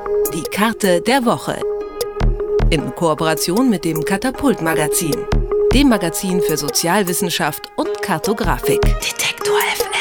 Die Karte der Woche. In Kooperation mit dem Katapult-Magazin, dem Magazin für Sozialwissenschaft und Kartografik. Detektor FM.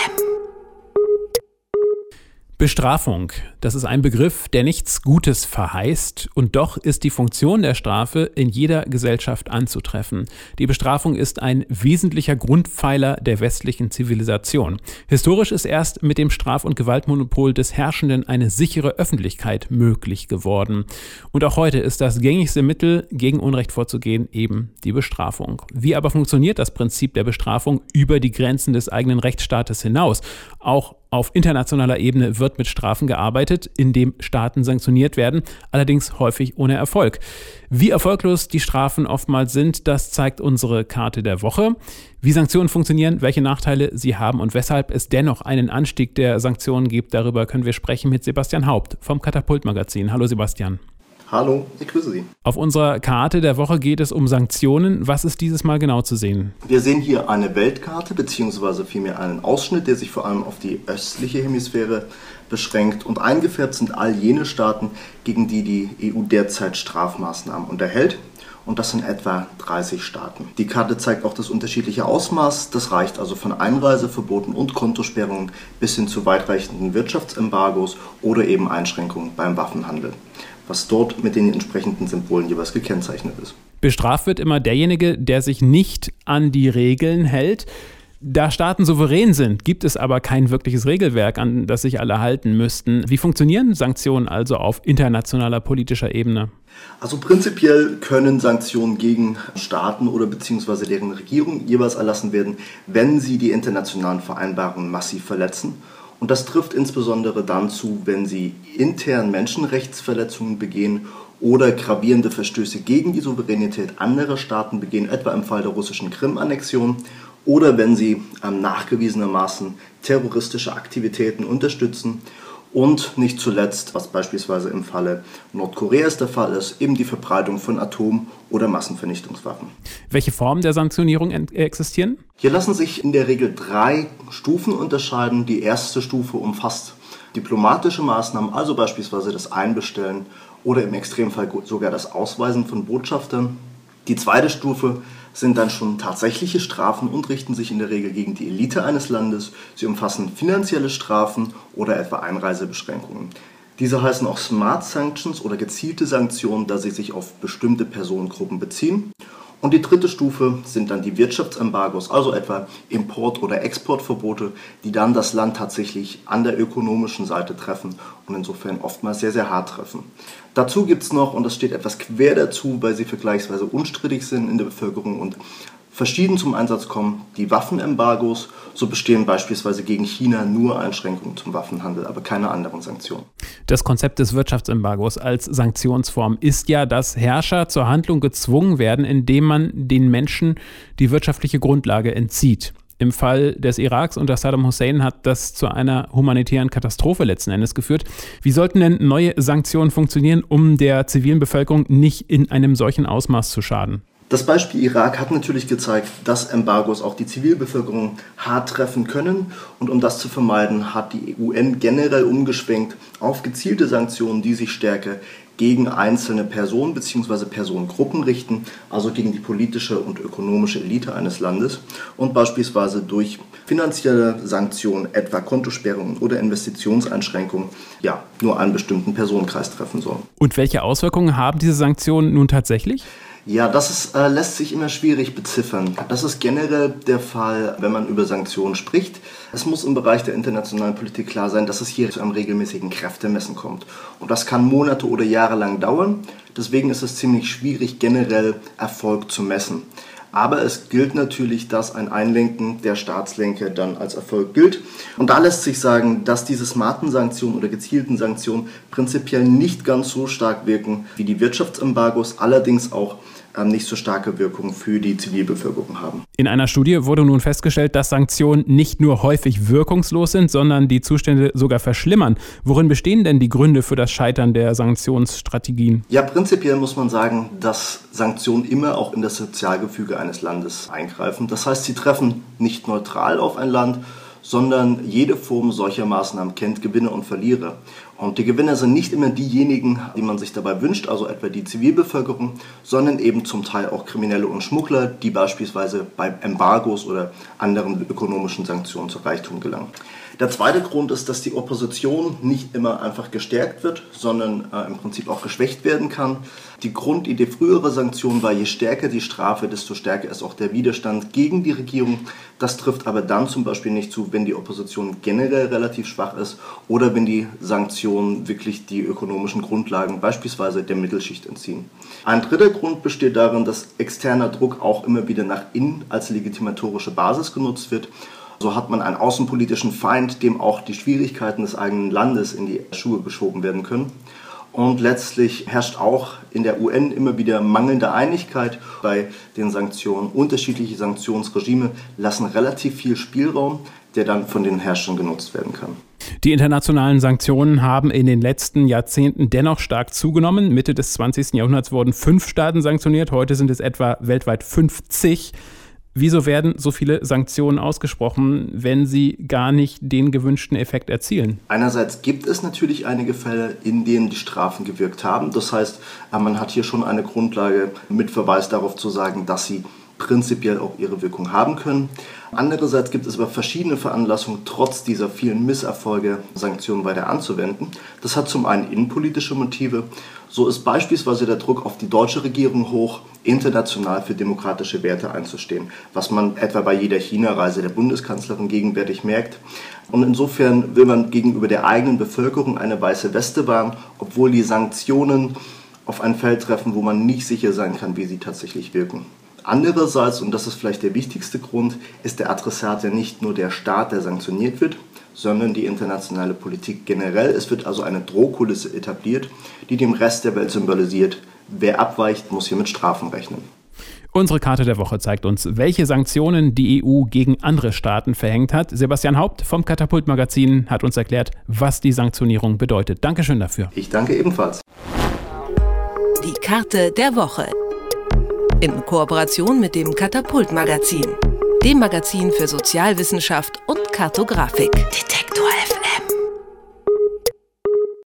Bestrafung, das ist ein Begriff, der nichts Gutes verheißt, und doch ist die Funktion der Strafe in jeder Gesellschaft anzutreffen. Die Bestrafung ist ein wesentlicher Grundpfeiler der westlichen Zivilisation. Historisch ist erst mit dem Straf- und Gewaltmonopol des Herrschenden eine sichere Öffentlichkeit möglich geworden. Und auch heute ist das gängigste Mittel, gegen Unrecht vorzugehen, eben die Bestrafung. Wie aber funktioniert das Prinzip der Bestrafung über die Grenzen des eigenen Rechtsstaates hinaus? Auch auf internationaler Ebene wird mit Strafen gearbeitet, indem Staaten sanktioniert werden, allerdings häufig ohne Erfolg. Wie erfolglos die Strafen oftmals sind, das zeigt unsere Karte der Woche. Wie Sanktionen funktionieren, welche Nachteile sie haben und weshalb es dennoch einen Anstieg der Sanktionen gibt, darüber können wir sprechen mit Sebastian Haupt vom Katapult-Magazin. Hallo Sebastian. Hallo, ich grüße Sie. Auf unserer Karte der Woche geht es um Sanktionen. Was ist dieses Mal genau zu sehen? Wir sehen hier eine Weltkarte, beziehungsweise vielmehr einen Ausschnitt, der sich vor allem auf die östliche Hemisphäre beschränkt. Und eingefärbt sind all jene Staaten, gegen die die EU derzeit Strafmaßnahmen unterhält. Und das sind etwa 30 Staaten. Die Karte zeigt auch das unterschiedliche Ausmaß. Das reicht also von Einreiseverboten und Kontosperrungen bis hin zu weitreichenden Wirtschaftsembargos oder eben Einschränkungen beim Waffenhandel, was dort mit den entsprechenden Symbolen jeweils gekennzeichnet ist. Bestraft wird immer derjenige, der sich nicht an die Regeln hält. Da Staaten souverän sind, gibt es aber kein wirkliches Regelwerk, an das sich alle halten müssten. Wie funktionieren Sanktionen also auf internationaler politischer Ebene? Also prinzipiell können Sanktionen gegen Staaten oder beziehungsweise deren Regierung jeweils erlassen werden, wenn sie die internationalen Vereinbarungen massiv verletzen. Und das trifft insbesondere dann zu, wenn sie intern Menschenrechtsverletzungen begehen oder gravierende Verstöße gegen die Souveränität anderer Staaten begehen, etwa im Fall der russischen Krim-Annexion, oder wenn sie nachgewiesenermaßen terroristische Aktivitäten unterstützen. Und nicht zuletzt, was beispielsweise im Falle Nordkoreas der Fall ist, eben die Verbreitung von Atom- oder Massenvernichtungswaffen. Welche Formen der Sanktionierung existieren? Hier lassen sich in der Regel 3 Stufen unterscheiden. Die erste Stufe umfasst diplomatische Maßnahmen, also beispielsweise das Einbestellen oder im Extremfall sogar das Ausweisen von Botschaftern. Die zweite Stufe sind dann schon tatsächliche Strafen und richten sich in der Regel gegen die Elite eines Landes. Sie umfassen finanzielle Strafen oder etwa Einreisebeschränkungen. Diese heißen auch Smart Sanctions oder gezielte Sanktionen, da sie sich auf bestimmte Personengruppen beziehen. Und die dritte Stufe sind dann die Wirtschaftsembargos, also etwa Import- oder Exportverbote, die dann das Land tatsächlich an der ökonomischen Seite treffen und insofern oftmals sehr, sehr hart treffen. Dazu gibt es noch, und das steht etwas quer dazu, weil sie vergleichsweise unstrittig sind in der Bevölkerung und verschieden zum Einsatz kommen, die Waffenembargos. So bestehen beispielsweise gegen China nur Einschränkungen zum Waffenhandel, aber keine anderen Sanktionen. Das Konzept des Wirtschaftsembargos als Sanktionsform ist ja, dass Herrscher zur Handlung gezwungen werden, indem man den Menschen die wirtschaftliche Grundlage entzieht. Im Fall des Iraks unter Saddam Hussein hat das zu einer humanitären Katastrophe letzten Endes geführt. Wie sollten denn neue Sanktionen funktionieren, um der zivilen Bevölkerung nicht in einem solchen Ausmaß zu schaden? Das Beispiel Irak hat natürlich gezeigt, dass Embargos auch die Zivilbevölkerung hart treffen können. Und um das zu vermeiden, hat die UN generell umgeschwenkt auf gezielte Sanktionen, die sich stärker gegen einzelne Personen bzw. Personengruppen richten, also gegen die politische und ökonomische Elite eines Landes und beispielsweise durch finanzielle Sanktionen, etwa Kontosperrungen oder Investitionseinschränkungen, nur einen bestimmten Personenkreis treffen sollen. Und welche Auswirkungen haben diese Sanktionen nun tatsächlich? Ja, das lässt sich immer schwierig beziffern. Das ist generell der Fall, wenn man über Sanktionen spricht. Es muss im Bereich der internationalen Politik klar sein, dass es hier zu einem regelmäßigen Kräftemessen kommt. Und das kann Monate oder Jahre lang dauern. Deswegen ist es ziemlich schwierig, generell Erfolg zu messen. Aber es gilt natürlich, dass ein Einlenken der Staatslenker dann als Erfolg gilt. Und da lässt sich sagen, dass diese smarten Sanktionen oder gezielten Sanktionen prinzipiell nicht ganz so stark wirken wie die Wirtschaftsembargos, allerdings auch nicht so starke Wirkung für die Zivilbevölkerung haben. In einer Studie wurde nun festgestellt, dass Sanktionen nicht nur häufig wirkungslos sind, sondern die Zustände sogar verschlimmern. Worin bestehen denn die Gründe für das Scheitern der Sanktionsstrategien? Ja, prinzipiell muss man sagen, dass Sanktionen immer auch in das Sozialgefüge eines Landes eingreifen. Das heißt, sie treffen nicht neutral auf ein Land, sondern jede Form solcher Maßnahmen kennt Gewinner und Verlierer. Und die Gewinner sind nicht immer diejenigen, die man sich dabei wünscht, also etwa die Zivilbevölkerung, sondern eben zum Teil auch Kriminelle und Schmuggler, die beispielsweise bei Embargos oder anderen ökonomischen Sanktionen zu Reichtum gelangen. Der zweite Grund ist, dass die Opposition nicht immer einfach gestärkt wird, sondern im Prinzip auch geschwächt werden kann. Die Grundidee früherer Sanktionen war, je stärker die Strafe, desto stärker ist auch der Widerstand gegen die Regierung. Das trifft aber dann zum Beispiel nicht zu, wenn die Opposition generell relativ schwach ist oder wenn die Sanktionen wirklich die ökonomischen Grundlagen beispielsweise der Mittelschicht entziehen. Ein dritter Grund besteht darin, dass externer Druck auch immer wieder nach innen als legitimatorische Basis genutzt wird. So hat man einen außenpolitischen Feind, dem auch die Schwierigkeiten des eigenen Landes in die Schuhe geschoben werden können. Und letztlich herrscht auch in der UN immer wieder mangelnde Einigkeit bei den Sanktionen. Unterschiedliche Sanktionsregime lassen relativ viel Spielraum, der dann von den Herrschern genutzt werden kann. Die internationalen Sanktionen haben in den letzten Jahrzehnten dennoch stark zugenommen. Mitte des 20. Jahrhunderts wurden 5 Staaten sanktioniert, heute sind es etwa weltweit 50. Wieso werden so viele Sanktionen ausgesprochen, wenn sie gar nicht den gewünschten Effekt erzielen? Einerseits gibt es natürlich einige Fälle, in denen die Strafen gewirkt haben. Das heißt, man hat hier schon eine Grundlage mit Verweis darauf zu sagen, dass sie prinzipiell auch ihre Wirkung haben können. Andererseits gibt es aber verschiedene Veranlassungen, trotz dieser vielen Misserfolge Sanktionen weiter anzuwenden. Das hat zum einen innenpolitische Motive. So ist beispielsweise der Druck auf die deutsche Regierung hoch, international für demokratische Werte einzustehen, was man etwa bei jeder China-Reise der Bundeskanzlerin gegenwärtig merkt. Und insofern will man gegenüber der eigenen Bevölkerung eine weiße Weste wahren, obwohl die Sanktionen auf ein Feld treffen, wo man nicht sicher sein kann, wie sie tatsächlich wirken. Andererseits, und das ist vielleicht der wichtigste Grund, ist der Adressat ja nicht nur der Staat, der sanktioniert wird, sondern die internationale Politik generell. Es wird also eine Drohkulisse etabliert, die dem Rest der Welt symbolisiert, wer abweicht, muss hier mit Strafen rechnen. Unsere Karte der Woche zeigt uns, welche Sanktionen die EU gegen andere Staaten verhängt hat. Sebastian Haupt vom Katapult-Magazin hat uns erklärt, was die Sanktionierung bedeutet. Dankeschön dafür. Ich danke ebenfalls. Die Karte der Woche. In Kooperation mit dem Katapult-Magazin, dem Magazin für Sozialwissenschaft und Kartografik. Detektor FM.